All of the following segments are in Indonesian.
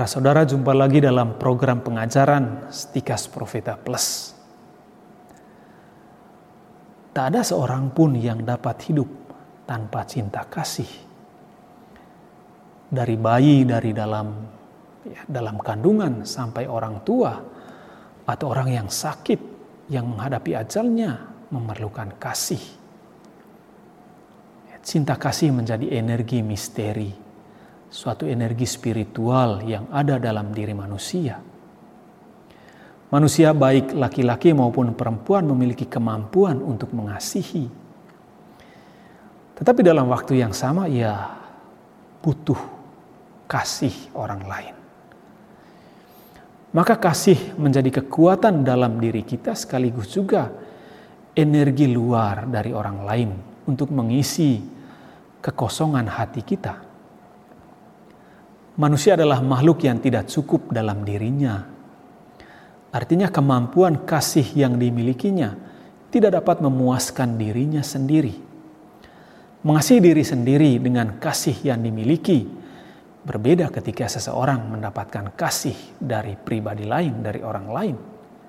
Saudara jumpa lagi dalam program pengajaran Stikas Profeta Plus. Tak ada seorang pun yang dapat hidup tanpa cinta kasih. Dari bayi, dari dalam kandungan sampai orang tua atau orang yang sakit yang menghadapi ajalnya memerlukan kasih. Cinta kasih menjadi energi misteri, suatu energi spiritual yang ada dalam diri manusia. Manusia baik laki-laki maupun perempuan memiliki kemampuan untuk mengasihi. Tetapi dalam waktu yang sama ia butuh kasih orang lain. Maka kasih menjadi kekuatan dalam diri kita sekaligus juga energi luar dari orang lain untuk mengisi kekosongan hati kita. Manusia adalah makhluk yang tidak cukup dalam dirinya. Artinya kemampuan kasih yang dimilikinya tidak dapat memuaskan dirinya sendiri. Mengasihi diri sendiri dengan kasih yang dimiliki berbeda ketika seseorang mendapatkan kasih dari pribadi lain, dari orang lain.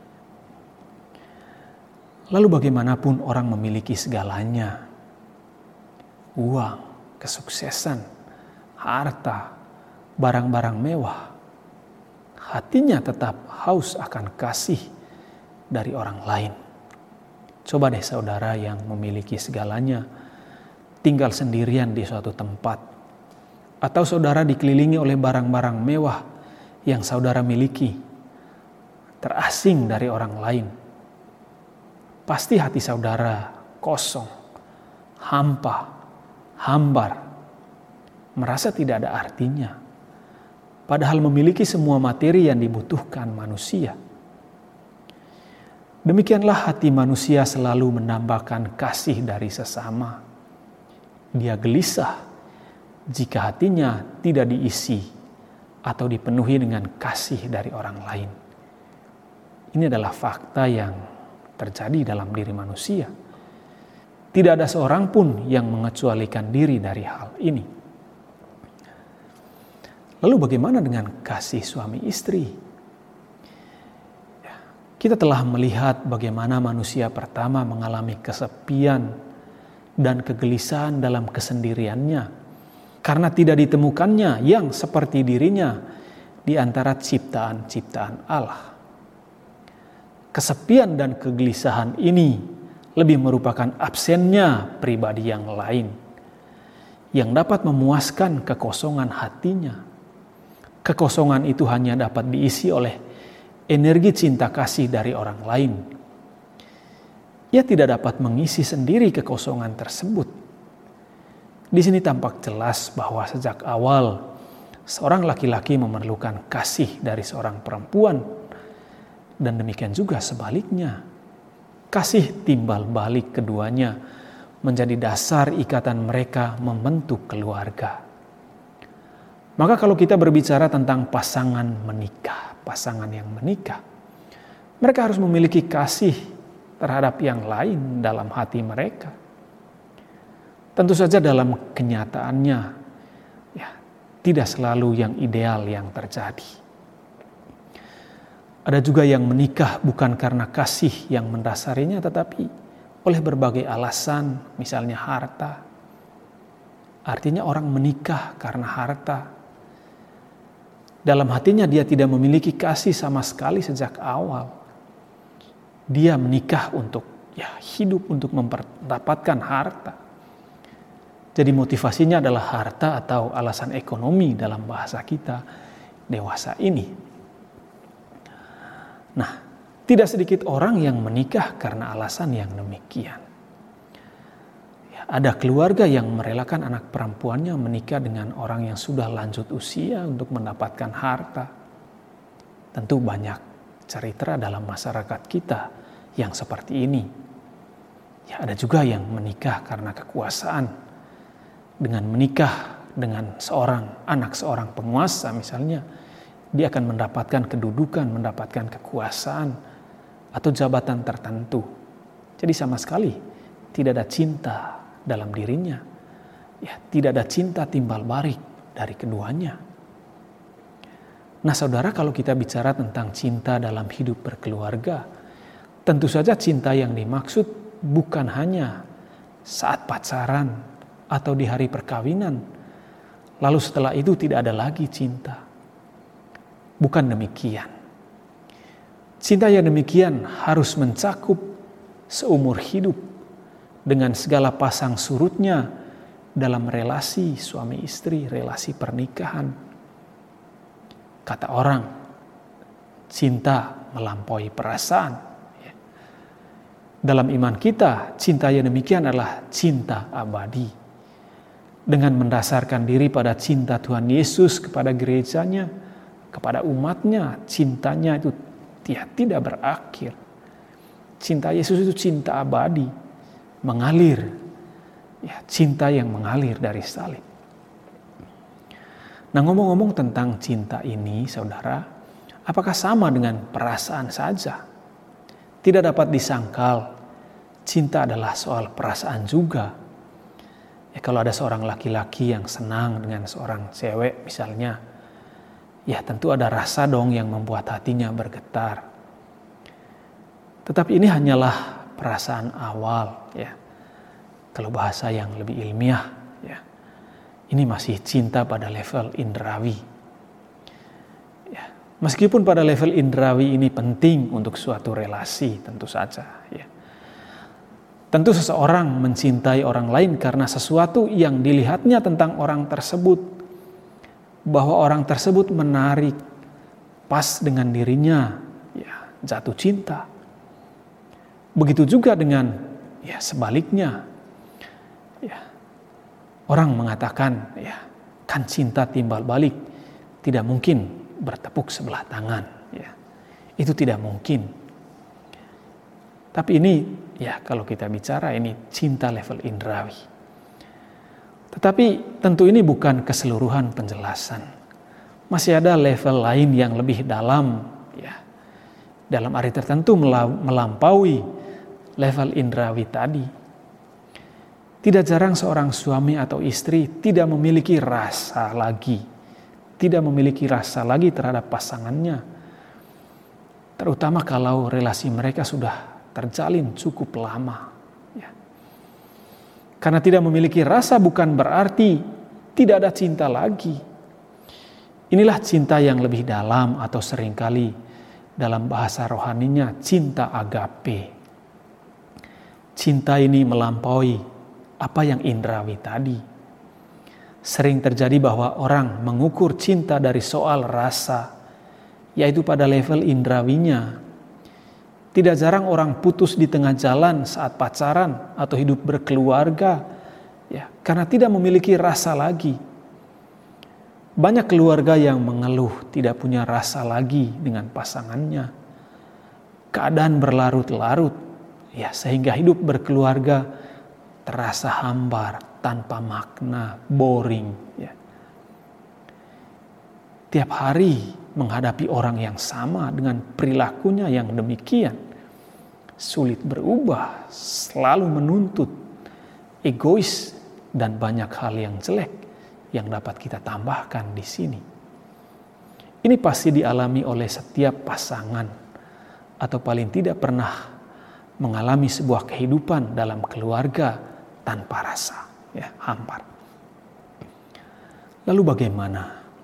Lalu bagaimanapun orang memiliki segalanya, uang, kesuksesan, harta, barang-barang mewah, hatinya tetap haus akan kasih dari orang lain. Coba deh saudara yang memiliki segalanya tinggal sendirian di suatu tempat, atau saudara dikelilingi oleh barang-barang mewah yang saudara miliki, terasing dari orang lain. Pasti hati saudara kosong, hampa, hambar, merasa tidak ada artinya. Padahal memiliki semua materi yang dibutuhkan manusia. Demikianlah hati manusia selalu mendambakan kasih dari sesama. Dia gelisah jika hatinya tidak diisi atau dipenuhi dengan kasih dari orang lain. Ini adalah fakta yang terjadi dalam diri manusia. Tidak ada seorang pun yang mengecualikan diri dari hal ini. Lalu bagaimana dengan kasih suami istri? Kita telah melihat bagaimana manusia pertama mengalami kesepian dan kegelisahan dalam kesendiriannya karena tidak ditemukannya yang seperti dirinya di antara ciptaan-ciptaan Allah. Kesepian dan kegelisahan ini lebih merupakan absennya pribadi yang lain yang dapat memuaskan kekosongan hatinya. Kekosongan itu hanya dapat diisi oleh energi cinta kasih dari orang lain. Ia tidak dapat mengisi sendiri kekosongan tersebut. Di sini tampak jelas bahwa sejak awal seorang laki-laki memerlukan kasih dari seorang perempuan, dan demikian juga sebaliknya. Kasih timbal balik keduanya menjadi dasar ikatan mereka membentuk keluarga. Maka kalau kita berbicara tentang pasangan menikah, pasangan yang menikah, mereka harus memiliki kasih terhadap yang lain dalam hati mereka. Tentu saja dalam kenyataannya, tidak selalu yang ideal yang terjadi. Ada juga yang menikah bukan karena kasih yang mendasarinya, tetapi oleh berbagai alasan, misalnya harta. Artinya orang menikah karena harta. Dalam hatinya dia tidak memiliki kasih sama sekali sejak awal. Dia menikah untuk hidup, untuk mendapatkan harta. Jadi motivasinya adalah harta atau alasan ekonomi dalam bahasa kita dewasa ini. Nah, tidak sedikit orang yang menikah karena alasan yang demikian. Ada keluarga yang merelakan anak perempuannya menikah dengan orang yang sudah lanjut usia untuk mendapatkan harta. Tentu banyak cerita dalam masyarakat kita yang seperti ini. Ada juga yang menikah karena kekuasaan. Dengan menikah dengan anak seorang penguasa misalnya, dia akan mendapatkan kedudukan, mendapatkan kekuasaan atau jabatan tertentu. Jadi sama sekali tidak ada cinta dalam dirinya. Tidak ada cinta timbal balik dari keduanya. Nah saudara, kalau kita bicara tentang cinta dalam hidup berkeluarga, tentu saja cinta yang dimaksud bukan hanya saat pacaran atau di hari perkawinan, lalu setelah itu tidak ada lagi cinta. Bukan demikian. Cinta yang demikian harus mencakup seumur hidup dengan segala pasang surutnya dalam relasi suami istri, relasi pernikahan. Kata orang, cinta melampaui perasaan. Dalam iman kita, cinta yang demikian adalah cinta abadi. Dengan mendasarkan diri pada cinta Tuhan Yesus kepada gerejanya, kepada umatnya, cintanya itu tidak berakhir. Cinta Yesus itu cinta abadi, mengalir. Cinta yang mengalir dari salib. Nah, ngomong-ngomong tentang cinta ini, saudara, apakah sama dengan perasaan saja? Tidak dapat disangkal, cinta adalah soal perasaan juga. Kalau ada seorang laki-laki yang senang dengan seorang cewek misalnya, tentu ada rasa dong yang membuat hatinya bergetar. Tetapi ini hanyalah perasaan awal, Kalau bahasa yang lebih ilmiah, ini masih cinta pada level indrawi. Meskipun pada level indrawi ini penting untuk suatu relasi, tentu saja. Tentu seseorang mencintai orang lain karena sesuatu yang dilihatnya tentang orang tersebut, bahwa orang tersebut menarik, pas dengan dirinya, jatuh cinta. Begitu juga dengan sebaliknya. Orang mengatakan, kan cinta timbal balik, tidak mungkin bertepuk sebelah tangan. Itu tidak mungkin. Tapi ini, kalau kita bicara ini cinta level indrawi. Tetapi tentu ini bukan keseluruhan penjelasan. Masih ada level lain yang lebih dalam, dalam arti tertentu melampaui level indrawi tadi. Tidak jarang seorang suami atau istri tidak memiliki rasa lagi. Tidak memiliki rasa lagi terhadap pasangannya. Terutama kalau relasi mereka sudah terjalin cukup lama. Karena tidak memiliki rasa bukan berarti tidak ada cinta lagi. Inilah cinta yang lebih dalam atau seringkali dalam bahasa rohaninya cinta agape. Cinta ini melampaui apa yang indrawi tadi. Sering terjadi bahwa orang mengukur cinta dari soal rasa, yaitu pada level indrawinya. Tidak jarang orang putus di tengah jalan saat pacaran atau hidup berkeluarga, karena tidak memiliki rasa lagi. Banyak keluarga yang mengeluh tidak punya rasa lagi dengan pasangannya. Keadaan berlarut-larut, sehingga hidup berkeluarga terasa hambar, tanpa makna, boring. Tiap hari menghadapi orang yang sama dengan perilakunya yang demikian. Sulit berubah, selalu menuntut, egois, dan banyak hal yang jelek yang dapat kita tambahkan di sini. Ini pasti dialami oleh setiap pasangan, atau paling tidak pernah mengalami sebuah kehidupan dalam keluarga tanpa rasa, hambar. Lalu bagaimana?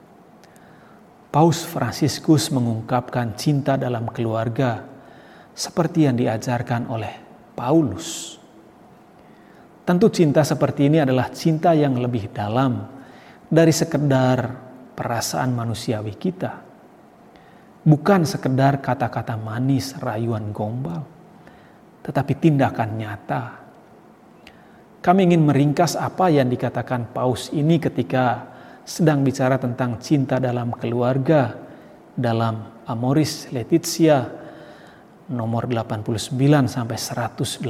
Paus Fransiskus mengungkapkan cinta dalam keluarga seperti yang diajarkan oleh Paulus. Tentu cinta seperti ini adalah cinta yang lebih dalam dari sekedar perasaan manusiawi kita. Bukan sekedar kata-kata manis, rayuan gombal, tetapi tindakan nyata. Kami ingin meringkas apa yang dikatakan Paus ini ketika sedang bicara tentang cinta dalam keluarga dalam Amoris Laetitia nomor 89 sampai 118.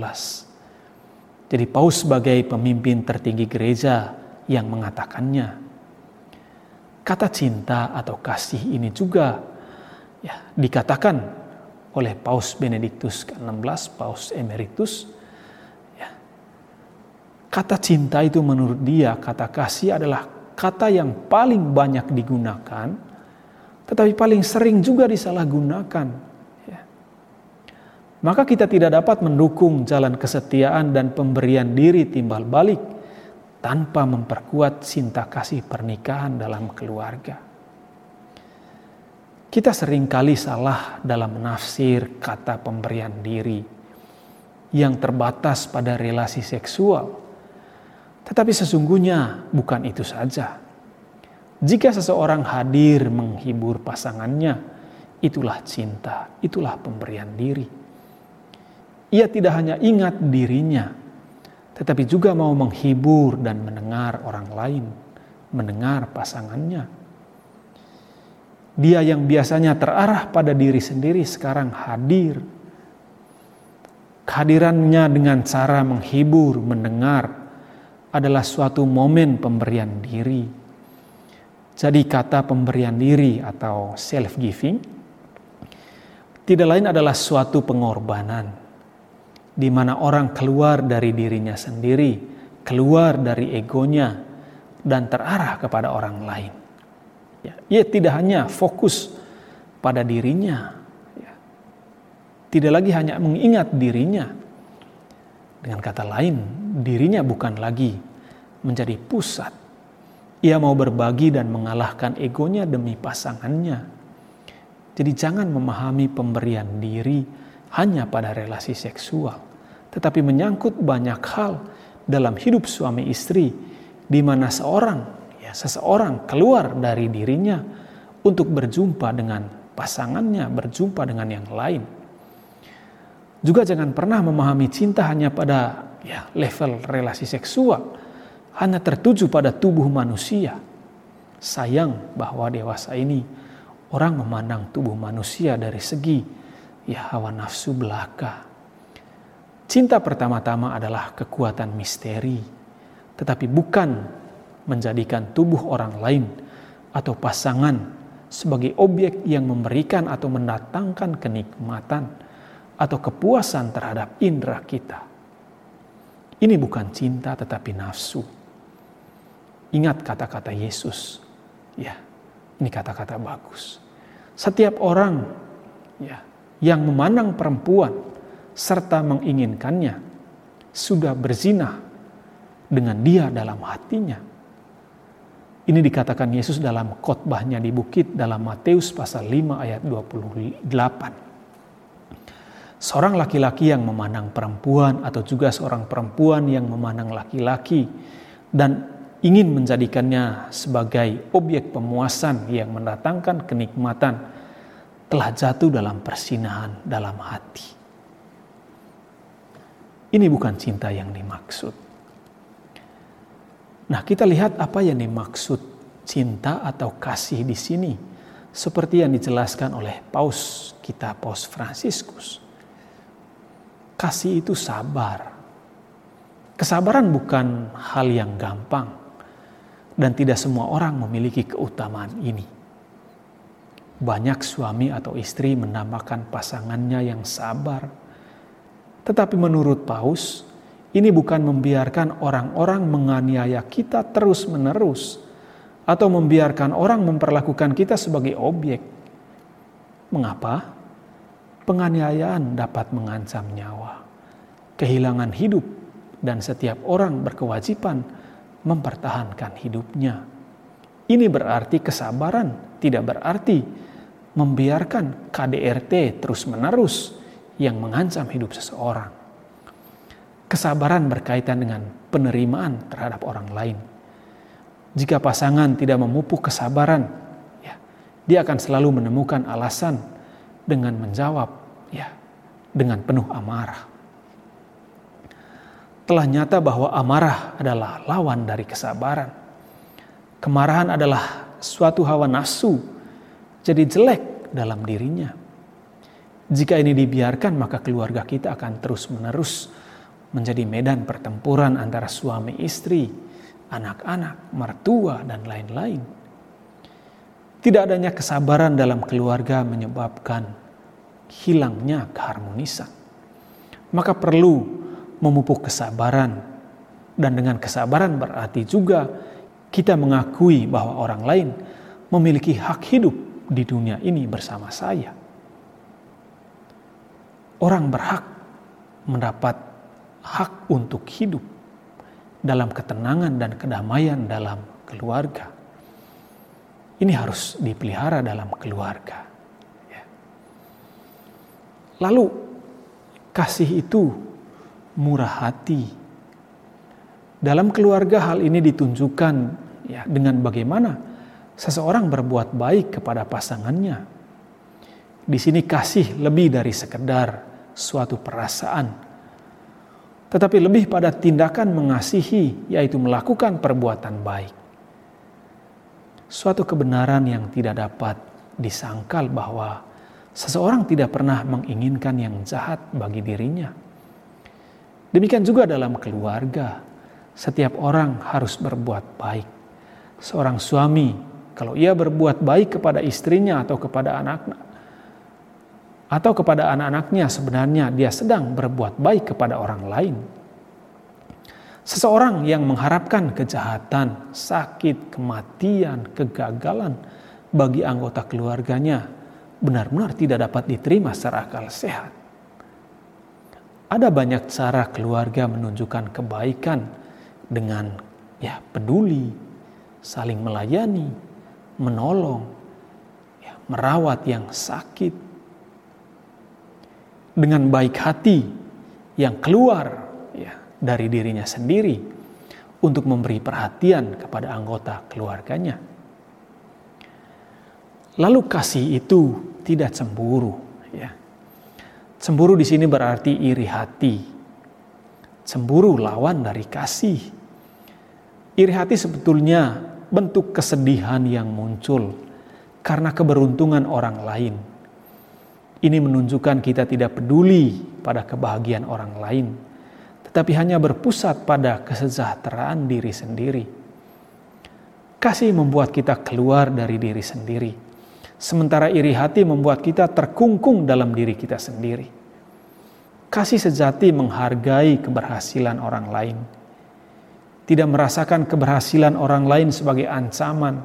Jadi Paus sebagai pemimpin tertinggi gereja yang mengatakannya. Kata cinta atau kasih ini juga dikatakan oleh Paus Benediktus ke-16, Paus Emeritus. Kata cinta itu menurut dia, kata kasih adalah kata yang paling banyak digunakan tetapi paling sering juga disalahgunakan. Ya. Maka kita tidak dapat mendukung jalan kesetiaan dan pemberian diri timbal balik tanpa memperkuat cinta kasih pernikahan dalam keluarga. Kita seringkali salah dalam menafsir kata pemberian diri yang terbatas pada relasi seksual. Tetapi sesungguhnya bukan itu saja. Jika seseorang hadir menghibur pasangannya, itulah cinta, itulah pemberian diri. Ia tidak hanya ingat dirinya, tetapi juga mau menghibur dan mendengar orang lain, mendengar pasangannya. Dia yang biasanya terarah pada diri sendiri sekarang hadir. Kehadirannya dengan cara menghibur, mendengar adalah suatu momen pemberian diri. Jadi kata pemberian diri atau self-giving tidak lain adalah suatu pengorbanan di mana orang keluar dari dirinya sendiri, keluar dari egonya dan terarah kepada orang lain. Ya, ia tidak hanya fokus pada dirinya, ya. Tidak lagi hanya mengingat dirinya. Dengan kata lain, dirinya bukan lagi menjadi pusat. Ia mau berbagi dan mengalahkan egonya demi pasangannya. Jadi jangan memahami pemberian diri hanya pada relasi seksual, tetapi menyangkut banyak hal dalam hidup suami istri, di mana seseorang keluar dari dirinya untuk berjumpa dengan pasangannya, berjumpa dengan yang lain. Juga jangan pernah memahami cinta hanya pada level relasi seksual, hanya tertuju pada tubuh manusia. Sayang bahwa dewasa ini orang memandang tubuh manusia dari segi hawa nafsu belaka. Cinta pertama-tama adalah kekuatan misteri, tetapi bukan menjadikan tubuh orang lain atau pasangan sebagai objek yang memberikan atau mendatangkan kenikmatan atau kepuasan terhadap indera kita. Ini bukan cinta tetapi nafsu. Ingat kata-kata Yesus. Ya, ini kata-kata bagus. Setiap orang yang memandang perempuan serta menginginkannya sudah berzina dengan dia dalam hatinya. Ini dikatakan Yesus dalam khotbahnya di bukit dalam Matius pasal 5 ayat 28. Seorang laki-laki yang memandang perempuan atau juga seorang perempuan yang memandang laki-laki dan ingin menjadikannya sebagai objek pemuasan yang mendatangkan kenikmatan telah jatuh dalam persinahan dalam hati. Ini bukan cinta yang dimaksud. Nah, kita lihat apa yang dimaksud cinta atau kasih di sini, seperti yang dijelaskan oleh Paus Fransiskus. Kasih itu sabar. Kesabaran bukan hal yang gampang, dan tidak semua orang memiliki keutamaan ini. Banyak suami atau istri menamakan pasangannya yang sabar, tetapi menurut Paus, ini bukan membiarkan orang-orang menganiaya kita terus-menerus atau membiarkan orang memperlakukan kita sebagai objek. Mengapa? Penganiayaan dapat mengancam nyawa, kehilangan hidup, dan setiap orang berkewajiban mempertahankan hidupnya. Ini berarti kesabaran, tidak berarti membiarkan KDRT terus-menerus yang mengancam hidup seseorang. Kesabaran berkaitan dengan penerimaan terhadap orang lain. Jika pasangan tidak memupuk kesabaran, dia akan selalu menemukan alasan dengan menjawab dengan penuh amarah. Telah nyata bahwa amarah adalah lawan dari kesabaran. Kemarahan adalah suatu hawa nafsu, jadi jelek dalam dirinya. Jika ini dibiarkan, maka keluarga kita akan terus-menerus menjadi medan pertempuran antara suami istri, anak-anak, mertua, dan lain-lain. Tidak adanya kesabaran dalam keluarga menyebabkan hilangnya keharmonisan. Maka perlu memupuk kesabaran, dan dengan kesabaran berarti juga kita mengakui bahwa orang lain memiliki hak hidup di dunia ini bersama saya. Orang berhak mendapat hak untuk hidup dalam ketenangan dan kedamaian dalam keluarga. Ini harus dipelihara dalam keluarga. Ya. Lalu kasih itu murah hati. Dalam keluarga hal ini ditunjukkan ya dengan bagaimana seseorang berbuat baik kepada pasangannya. Di sini kasih lebih dari sekedar suatu perasaan, tetapi lebih pada tindakan mengasihi, yaitu melakukan perbuatan baik. Suatu kebenaran yang tidak dapat disangkal bahwa seseorang tidak pernah menginginkan yang jahat bagi dirinya. Demikian juga dalam keluarga, setiap orang harus berbuat baik. Seorang suami, kalau ia berbuat baik kepada istrinya atau kepada anak-anaknya, sebenarnya dia sedang berbuat baik kepada orang lain. Seseorang yang mengharapkan kejahatan, sakit, kematian, kegagalan bagi anggota keluarganya benar-benar tidak dapat diterima secara akal sehat. Ada banyak cara keluarga menunjukkan kebaikan dengan peduli, saling melayani, menolong, merawat yang sakit, dengan baik hati yang keluar dari dirinya sendiri untuk memberi perhatian kepada anggota keluarganya. Lalu kasih itu tidak cemburu. Cemburu di sini berarti iri hati. Cemburu lawan dari kasih. Iri hati sebetulnya bentuk kesedihan yang muncul karena keberuntungan orang lain. Ini menunjukkan kita tidak peduli pada kebahagiaan orang lain, tetapi hanya berpusat pada kesejahteraan diri sendiri. Kasih membuat kita keluar dari diri sendiri, sementara iri hati membuat kita terkungkung dalam diri kita sendiri. Kasih sejati menghargai keberhasilan orang lain, tidak merasakan keberhasilan orang lain sebagai ancaman.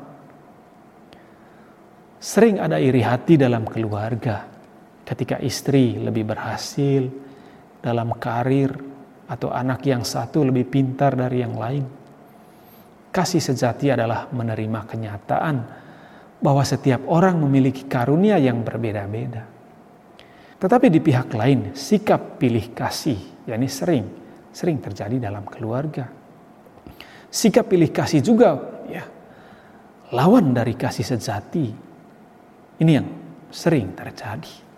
Sering ada iri hati dalam keluarga, ketika istri lebih berhasil dalam karir atau anak yang satu lebih pintar dari yang lain. Kasih sejati adalah menerima kenyataan bahwa setiap orang memiliki karunia yang berbeda-beda. Tetapi di pihak lain, sikap pilih kasih, yakni sering terjadi dalam keluarga. Sikap pilih kasih juga lawan dari kasih sejati. Ini yang sering terjadi.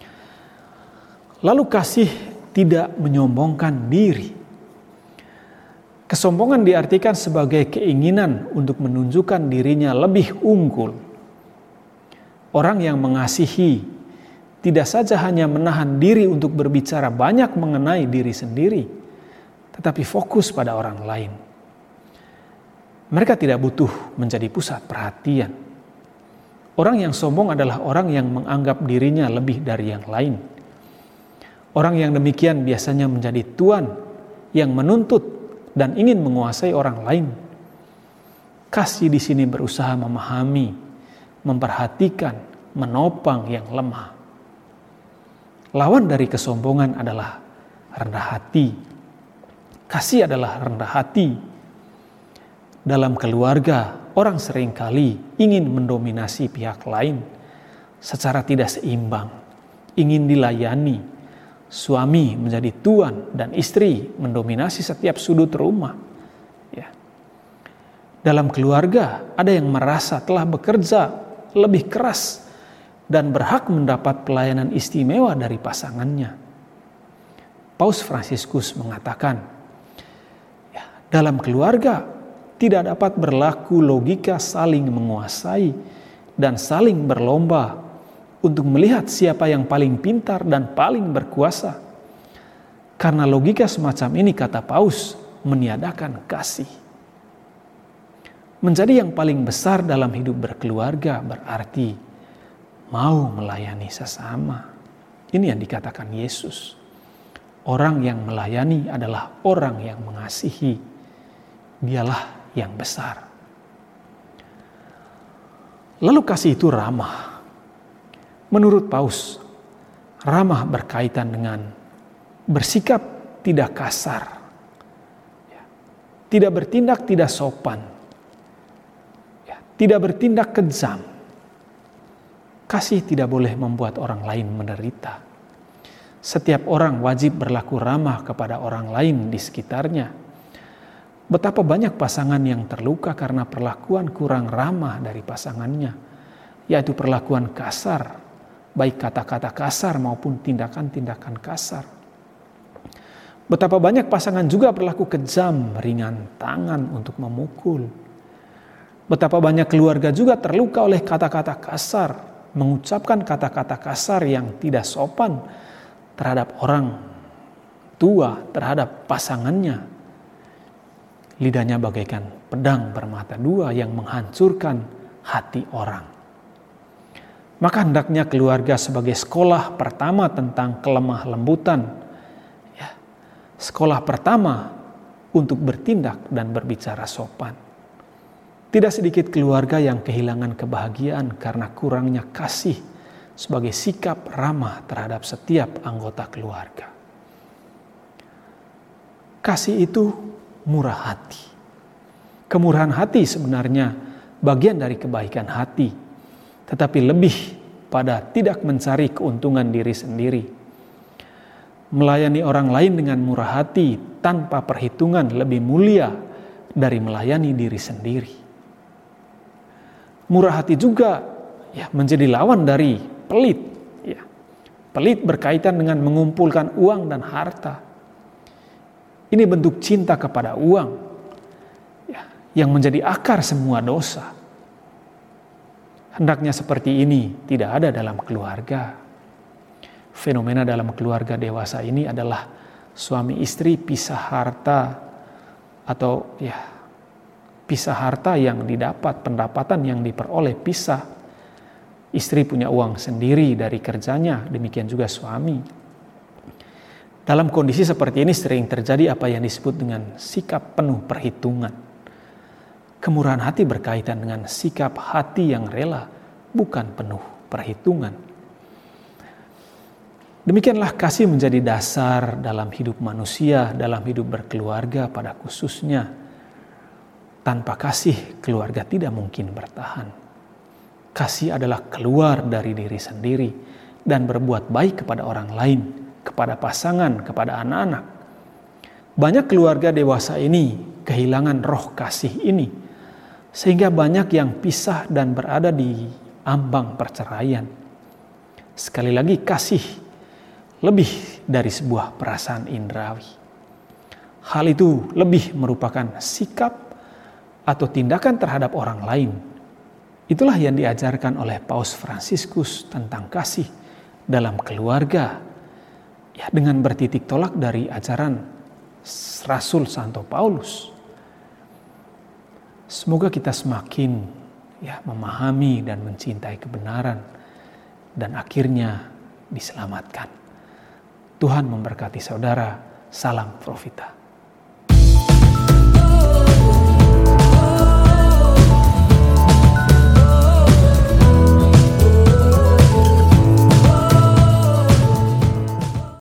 Lalu kasih tidak menyombongkan diri. Kesombongan diartikan sebagai keinginan untuk menunjukkan dirinya lebih unggul. Orang yang mengasihi tidak saja hanya menahan diri untuk berbicara banyak mengenai diri sendiri, tetapi fokus pada orang lain. Mereka tidak butuh menjadi pusat perhatian. Orang yang sombong adalah orang yang menganggap dirinya lebih dari yang lain. Orang yang demikian biasanya menjadi tuan yang menuntut dan ingin menguasai orang lain. Kasih di sini berusaha memahami, memperhatikan, menopang yang lemah. Lawan dari kesombongan adalah rendah hati. Kasih adalah rendah hati. Dalam keluarga, orang seringkali ingin mendominasi pihak lain secara tidak seimbang, ingin dilayani. Suami menjadi tuan dan istri mendominasi setiap sudut rumah. Dalam keluarga ada yang merasa telah bekerja lebih keras dan berhak mendapat pelayanan istimewa dari pasangannya. Paus Fransiskus mengatakan, dalam keluarga tidak dapat berlaku logika saling menguasai dan saling berlomba untuk melihat siapa yang paling pintar dan paling berkuasa. Karena logika semacam ini, kata Paus, meniadakan kasih. Menjadi yang paling besar dalam hidup berkeluarga berarti mau melayani sesama. Ini yang dikatakan Yesus. Orang yang melayani adalah orang yang mengasihi. Dialah yang besar. Lalu kasih itu ramah. Menurut Paus, ramah berkaitan dengan bersikap tidak kasar, tidak bertindak tidak sopan, tidak bertindak kejam. Kasih tidak boleh membuat orang lain menderita. Setiap orang wajib berlaku ramah kepada orang lain di sekitarnya. Betapa banyak pasangan yang terluka karena perlakuan kurang ramah dari pasangannya, yaitu perlakuan kasar, baik kata-kata kasar maupun tindakan-tindakan kasar. Betapa banyak pasangan juga berlaku kejam, ringan tangan untuk memukul. Betapa banyak keluarga juga terluka oleh kata-kata kasar, mengucapkan kata-kata kasar yang tidak sopan terhadap orang tua, terhadap pasangannya. Lidahnya bagaikan pedang bermata dua yang menghancurkan hati orang. Maka hendaknya keluarga sebagai sekolah pertama tentang kelemah lembutan, sekolah pertama untuk bertindak dan berbicara sopan. Tidak sedikit keluarga yang kehilangan kebahagiaan karena kurangnya kasih sebagai sikap ramah terhadap setiap anggota keluarga. Kasih itu murah hati. Kemurahan hati sebenarnya bagian dari kebaikan hati, tetapi lebih pada tidak mencari keuntungan diri sendiri. Melayani orang lain dengan murah hati tanpa perhitungan lebih mulia dari melayani diri sendiri. Murah hati juga menjadi lawan dari pelit. Pelit berkaitan dengan mengumpulkan uang dan harta. Ini bentuk cinta kepada uang yang menjadi akar semua dosa. Hendaknya seperti ini tidak ada dalam keluarga. Fenomena dalam keluarga dewasa ini adalah suami istri pisah harta atau pisah harta yang didapat, pendapatan yang diperoleh pisah. Istri punya uang sendiri dari kerjanya, demikian juga suami. Dalam kondisi seperti ini sering terjadi apa yang disebut dengan sikap penuh perhitungan. Kemurahan hati berkaitan dengan sikap hati yang rela, bukan penuh perhitungan. Demikianlah kasih menjadi dasar dalam hidup manusia, dalam hidup berkeluarga pada khususnya. Tanpa kasih, keluarga tidak mungkin bertahan. Kasih adalah keluar dari diri sendiri dan berbuat baik kepada orang lain, kepada pasangan, kepada anak-anak. Banyak keluarga dewasa ini kehilangan roh kasih ini, sehingga banyak yang pisah dan berada di ambang perceraian. Sekali lagi, kasih lebih dari sebuah perasaan indrawi. Hal itu lebih merupakan sikap atau tindakan terhadap orang lain. Itulah yang diajarkan oleh Paus Fransiskus tentang kasih dalam keluarga, dengan bertitik tolak dari ajaran Rasul Santo Paulus. Semoga kita semakin memahami dan mencintai kebenaran dan akhirnya diselamatkan. Tuhan memberkati saudara. Salam Profita.